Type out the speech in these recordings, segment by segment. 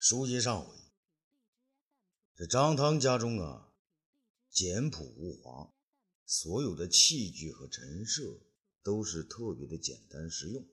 书接上回，这张汤家中啊，简朴无华，所有的器具和陈设都是特别的简单实用。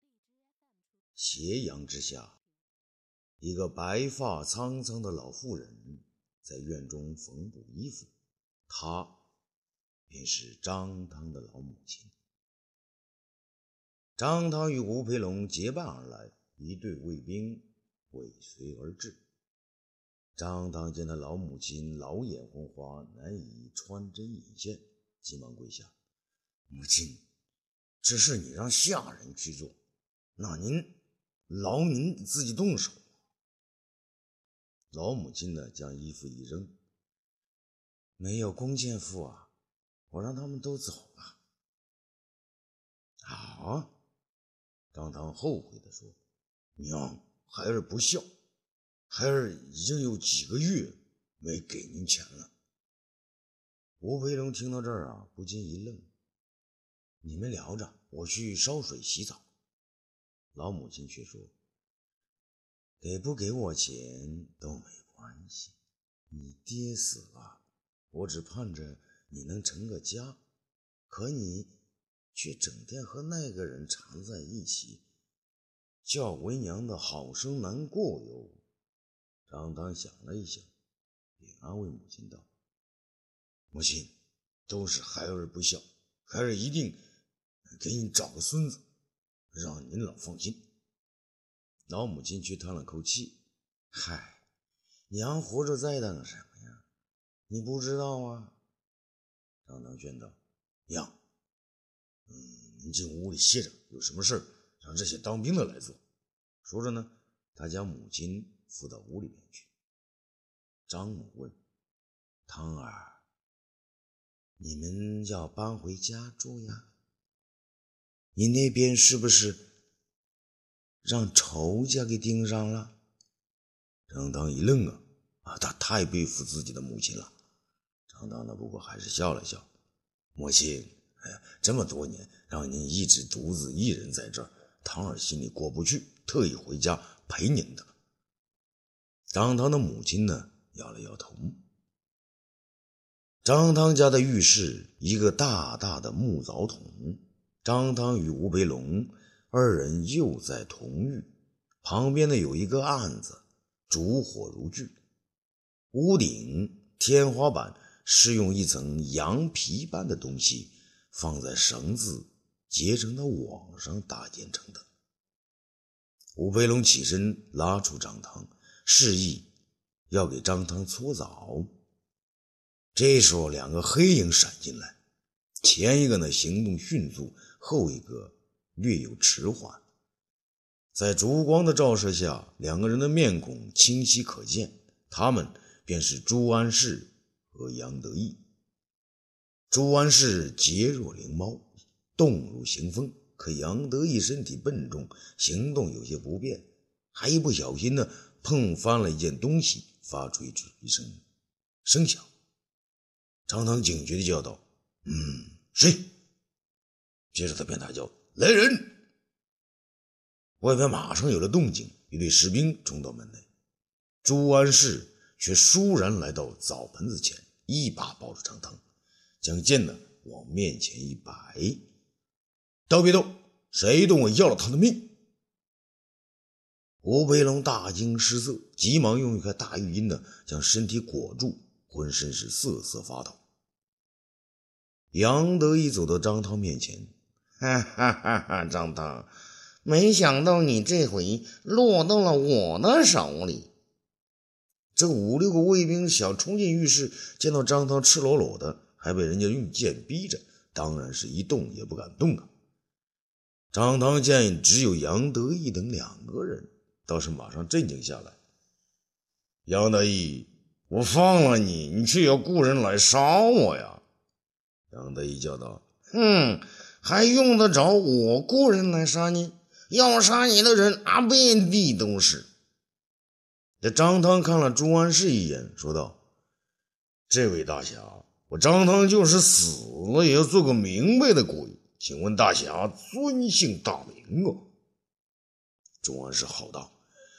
斜阳之下，一个白发苍苍的老妇人在院中缝补衣服，她便是张汤的老母亲。张汤与吴培龙结伴而来，一队卫兵尾随而至。张汤见他老母亲老眼昏花，难以穿针引线，急忙跪下：“母亲，这事你让下人去做，那您自己动手。”老母亲呢，将衣服一扔：“没有弓箭妇啊，我让他们都走了。”啊！张汤后悔地说：“娘，孩儿不孝，孩儿已经有几个月没给您钱了。”吴培龙听到这儿啊，不禁一愣：“你们聊着，我去烧水洗澡。”老母亲却说：“给不给我钱都没关系，你爹死了，我只盼着你能成个家，可你却整天和那个人缠在一起，叫为娘的好生难过哟。”张汤想了一想，便安慰母亲道：“母亲，都是孩儿不孝，孩儿一定给你找个孙子，让您老放心。”老母亲却叹了口气：“嗨，娘活着在等什么呀？你不知道啊？”张汤劝道：“娘，您进屋里歇着，有什么事让这些当兵的来做。”说着呢，他将母亲扶到屋里面去。张母问：“汤儿，你们要搬回家住呀？你那边是不是让仇家给盯上了？”张汤一愣他太佩服自己的母亲了。张汤呢，不过还是笑了笑：“母亲，这么多年让您一直独自一人在这儿，汤儿心里过不去，特意回家陪您的。”张汤的母亲呢，摇了摇头。张汤家的浴室一个大大的木澡桶，张汤与吴培龙二人又在同浴，旁边呢有一个案子，烛火如炬。屋顶天花板是用一层羊皮般的东西放在绳子结成的网上搭建成的。吴培龙起身拉出张汤，示意要给张汤搓澡。这时候两个黑影闪进来，前一个呢行动迅速，后一个略有迟缓。在烛光的照射下，两个人的面孔清晰可见，他们便是朱安世和杨得意。朱安世节若灵猫，动如行风，可杨得意身体笨重，行动有些不便，还一不小心呢碰翻了一件东西，发出一声声响。张汤警觉地叫道：“谁？”接着他便大叫：“来人！”外边马上有了动静，一队士兵冲到门内。朱安世却倏然来到澡盆子前，一把抱住张汤，将剑呢往面前一摆：“都别动，谁动我要了他的命！”吴培龙大惊失色，急忙用一块大浴巾呢将身体裹住，浑身是瑟瑟发抖。杨得意走到张汤面前：“哈哈哈哈，张汤，没想到你这回落到了我的手里。”这5、6个卫兵想冲进浴室，见到张汤赤裸裸的，还被人家用剑逼着，当然是一动也不敢动啊。张汤见只有杨得意等2个人，倒是马上镇静下来：“杨得意，我放了你，你却要雇人来杀我呀！”杨得意叫道：“还用得着我雇人来杀你？要杀你的人遍地都是。”这张汤看了朱安世一眼，说道：“这位大侠，我张汤就是死了也要做个明白的鬼，请问大侠尊姓大名啊？”朱安世吼道：“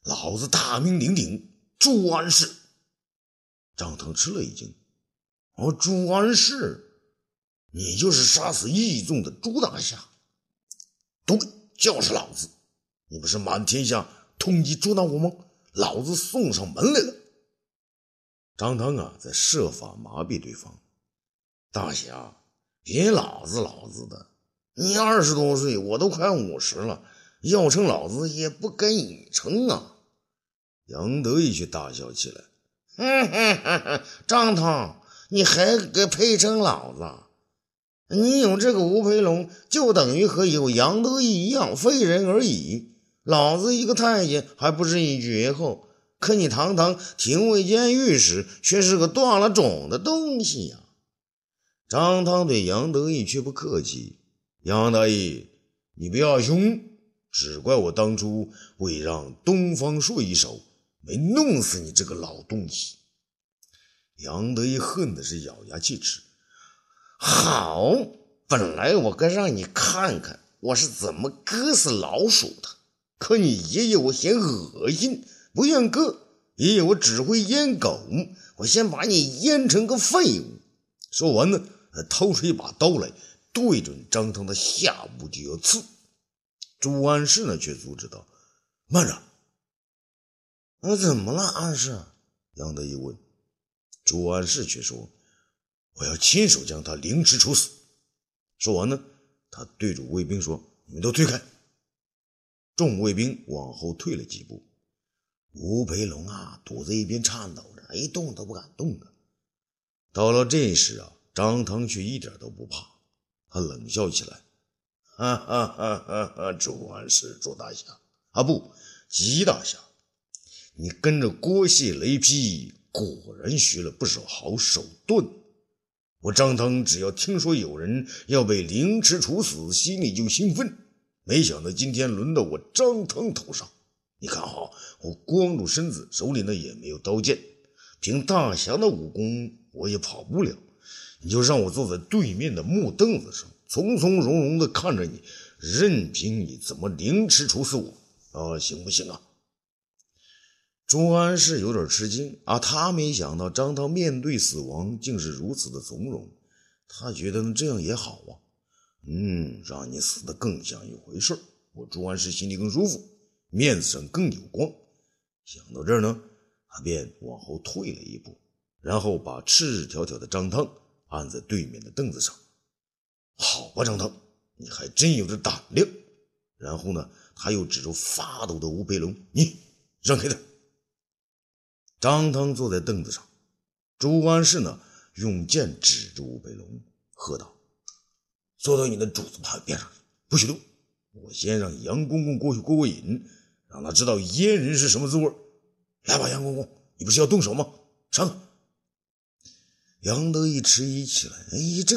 老子大名鼎鼎朱安氏。张腾吃了一惊，朱安氏，你就是杀死义纵的朱大侠？对，就是老子。你不是满天下通缉捉拿我吗？老子送上门来了。张腾在设法麻痹对方。大侠，别老子的，你20多岁，我都快50了，要成老子也不跟你成啊。杨得意却大笑起来。张腾，你还给配成老子？你有这个吴培龙，就等于和有杨得意一样废人而已。老子一个太监还不是一绝后，可你堂堂廷尉监御史却是个断了种的东西呀。张汤对杨得意却不客气。杨得意，你不要凶，只怪我当初未让东方朔一手，没弄死你这个老东西。杨得意恨的是咬牙切齿。好，本来我该让你看看我是怎么割死老鼠的，可你爷爷我嫌恶心，不愿割。爷爷我只会阉狗，我先把你阉成个废物。说完呢，掏出一把刀来，对准张腾的下部就要刺。朱安氏呢却阻止道：慢着。怎么了安氏？杨得意问。朱安氏却说：我要亲手将他凌迟处死。说完呢，他对着卫兵说：你们都退开。众卫兵往后退了几步。吴培龙躲在一边颤抖着，一动都不敢动啊。到了这时张腾却一点都不怕，他冷笑起来：哈哈哈哈哈！朱安氏，朱大侠不，吉大侠，你跟着郭谢雷劈，果然学了不少好手段。我张腾只要听说有人要被凌迟处死，心里就兴奋，没想到今天轮到我张腾头上。你看我光着身子，手里呢也没有刀剑，凭大侠的武功我也跑不了，你就让我坐在对面的木凳子上，从从容容地看着你，任凭你怎么凌迟处死我行不行啊？朱安氏有点吃惊他没想到张涛面对死亡竟是如此的从容，他觉得这样也好让你死得更像一回事，我朱安氏心里更舒服，面子上更有光。想到这儿呢，他便往后退了一步，然后把赤条条的张汤按在对面的凳子上。好吧，张汤，你还真有这胆量。然后呢，他又指着发抖的吴培龙：你让开他。张汤坐在凳子上，朱安氏呢用剑指着吴培龙，喝道：坐到你的主子旁边上，不许动，我先让杨公公过去过瘾，让他知道阉人是什么滋味。来吧，杨公公，你不是要动手吗？上！杨得意迟疑起来，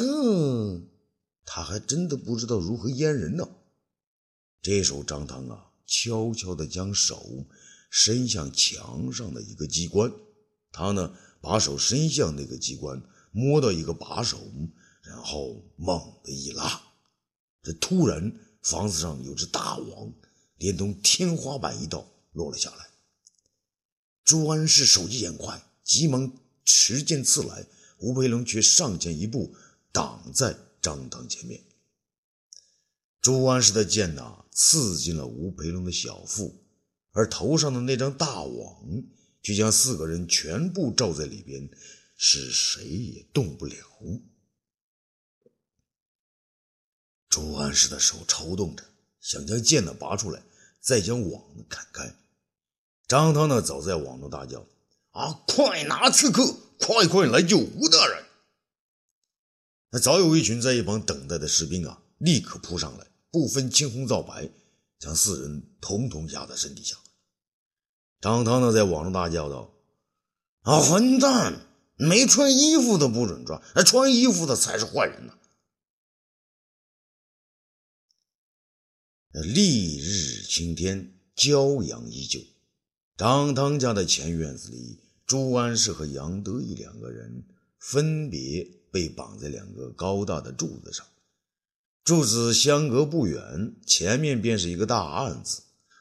他还真的不知道如何阉人呢。这时候张汤悄悄地将手伸向墙上的一个机关，他呢把手伸向那个机关，摸到一个把手，然后猛地一拉，这突然房子上有只大网连同天花板一道落了下来。朱安氏手疾眼快，急忙持剑刺来，吴培龙却上前一步挡在张汤前面。朱安氏的剑刺进了吴培龙的小腹，而头上的那张大网却将4个人全部罩在里边，使谁也动不了。朱安氏的手抽动着，想将剑拔出来，再将网砍开。张汤走在网中大叫：快拿刺客，快来救吴大人。那早有一群在一旁等待的士兵立刻扑上来，不分青红皂白，将4人统统压在身体下。张汤在网上大叫道：混蛋，没穿衣服的不准抓，穿衣服的才是坏人呢。丽日青天，骄阳依旧。张汤家的前院子里，朱安氏和杨得意2个人分别被绑在2个高大的柱子上，柱子相隔不远，前面便是一个大案子，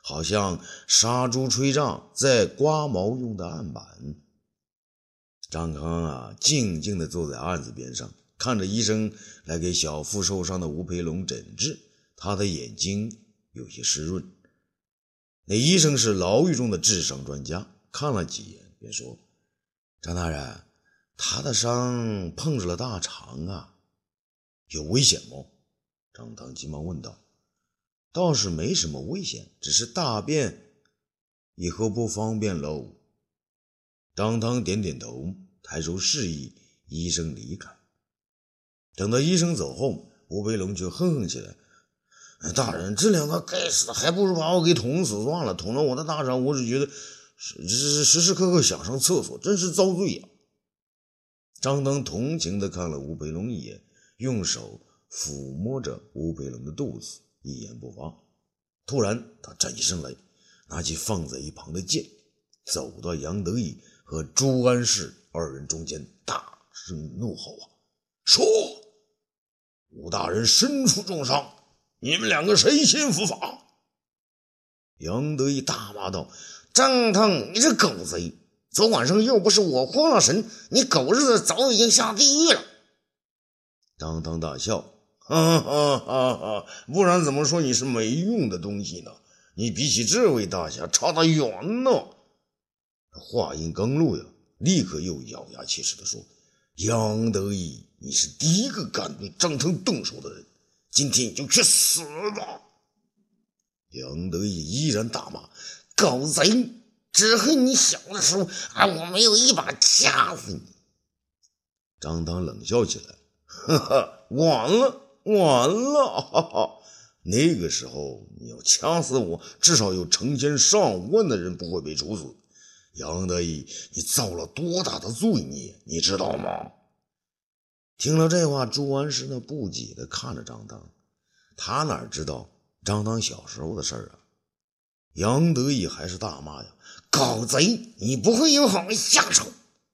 好像杀猪吹杖在刮毛用的案板。张康静静地坐在案子边上，看着医生来给小腹受伤的吴培龙诊治，他的眼睛有些湿润。那医生是牢狱中的治伤专家，看了几眼便说：张大人，他的伤碰着了大肠有危险吗？张汤急忙问道。倒是没什么危险，只是大便以后不方便喽。张汤点点头，抬手示意医生离开。等到医生走后，吴培龙就哼哼起来：大人，这两个该死的还不如把我给捅死算了，捅了我的大伤，我只觉得时时刻刻想上厕所，真是遭罪呀。张汤同情地看了吴培龙一眼，用手抚摸着吴培龙的肚子，一言不发。突然他站起身来，拿起放在一旁的剑，走到杨德义和朱安世二人中间，大声怒吼：说，吴大人身负重伤，你们两个谁先伏法？杨德义大骂道：张汤，你这狗贼，昨晚上又不是我慌了神，你狗日的早已经下地狱了。张汤大笑：哈哈哈哈，不然怎么说你是没用的东西呢？你比起这位大侠差得远呢。话音刚落立刻又咬牙切齿地说：杨德义，你是第一个敢对张汤动手的人，今天你就去死吧！杨德义依然大骂：狗贼，只恨你小的时候我没有一把掐死你。张汤冷笑起来：哈哈，晚了，哈哈，那个时候你要掐死我，至少有成千上万的人不会被处死。杨德义，你造了多大的罪孽，你知道吗？听了这话，朱安世不解地看着张汤，他哪知道张汤小时候的事儿杨德义还是大骂：狗贼，你不会有好下场。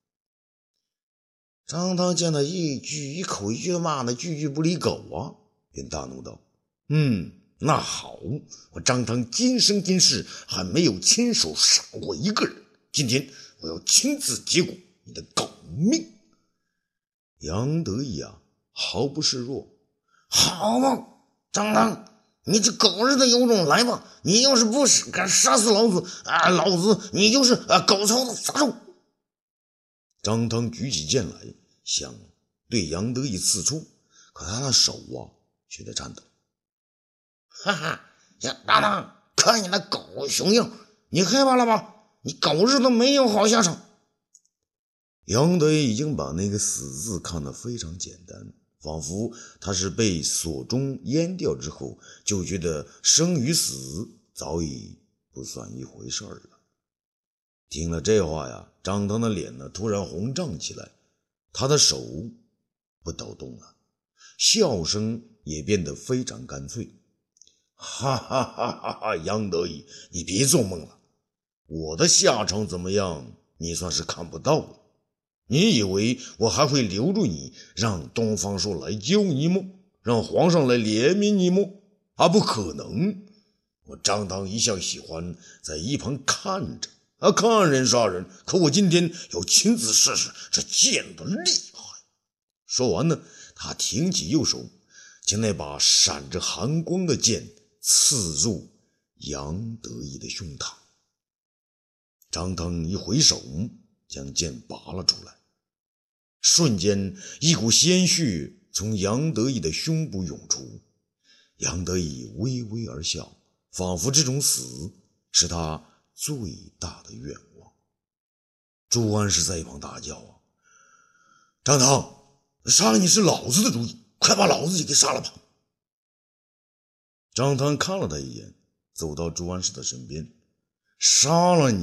张汤见他一口一句的骂的句句不离狗便大怒道：那好，我张汤今生今世还没有亲手杀过一个人，今天我要亲自结果你的狗命。杨德义毫不示弱：好嘛，张汤，你这狗日的有种来吧，你要是不敢杀死老子老子你就是狗操的杂种。张汤举起剑来，想对杨德义刺出，可他的手却在颤抖。哈哈，杨大汤，看你那狗熊样，你害怕了吧？你狗日都没有好下场。杨德义已经把那个死字看得非常简单，仿佛他是被锁中淹掉之后，就觉得生与死早已不算一回事了。听了这话张汤的脸突然红胀起来，他的手不抖动了，笑声也变得非常干脆。哈哈哈哈哈！杨德义，你别做梦了，我的下场怎么样，你算是看不到了。你以为我还会留住你，让东方朔来救你吗？让皇上来怜悯你吗？不可能！我张汤一向喜欢在一旁看着看人杀人，可我今天要亲自试试这剑的厉害。说完他挺起右手，将那把闪着寒光的剑刺入杨德义的胸膛。张汤一回手，将剑拔了出来，瞬间一股鲜血从杨德义的胸部涌出。杨德义微微而笑，仿佛这种死是他最大的愿望。朱安是在一旁大叫张汤，杀了你是老子的主意，快把老子也给杀了吧。张汤看了他一眼，走到朱安世的身边：杀了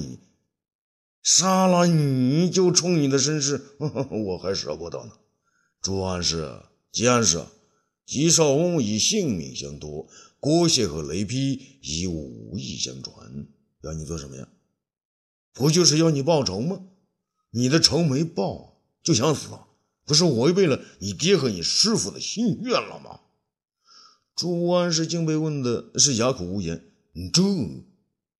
你就冲你的身世我还舍不得呢。朱安世、吉安世，吉少翁以性命相托，郭谢和雷劈以武艺相传，要你做什么呀？不就是要你报仇吗？你的仇没报就想死不是违背了你爹和你师父的心愿了吗？朱安世竟被问的是哑口无言，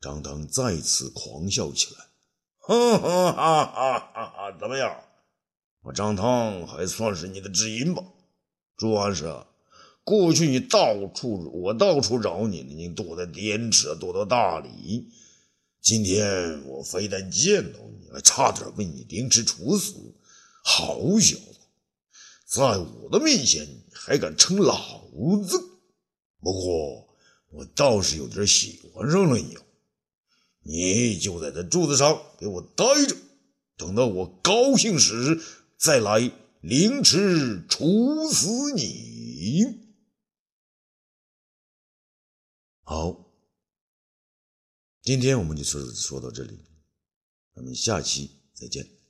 张汤再次狂笑起来，哈哈哈哈哈哈！怎么样？我张汤还算是你的知音吧？朱安石，过去我到处找你，你躲在滇池，躲到大理。今天我非但见到你，还差点被你凌迟处死。好小子，在我的面前还敢称老子！不过我倒是有点喜欢上了你。你就在这柱子上给我待着，等到我高兴时再来凌迟处死你。好，今天我们就说到这里，咱们下期再见。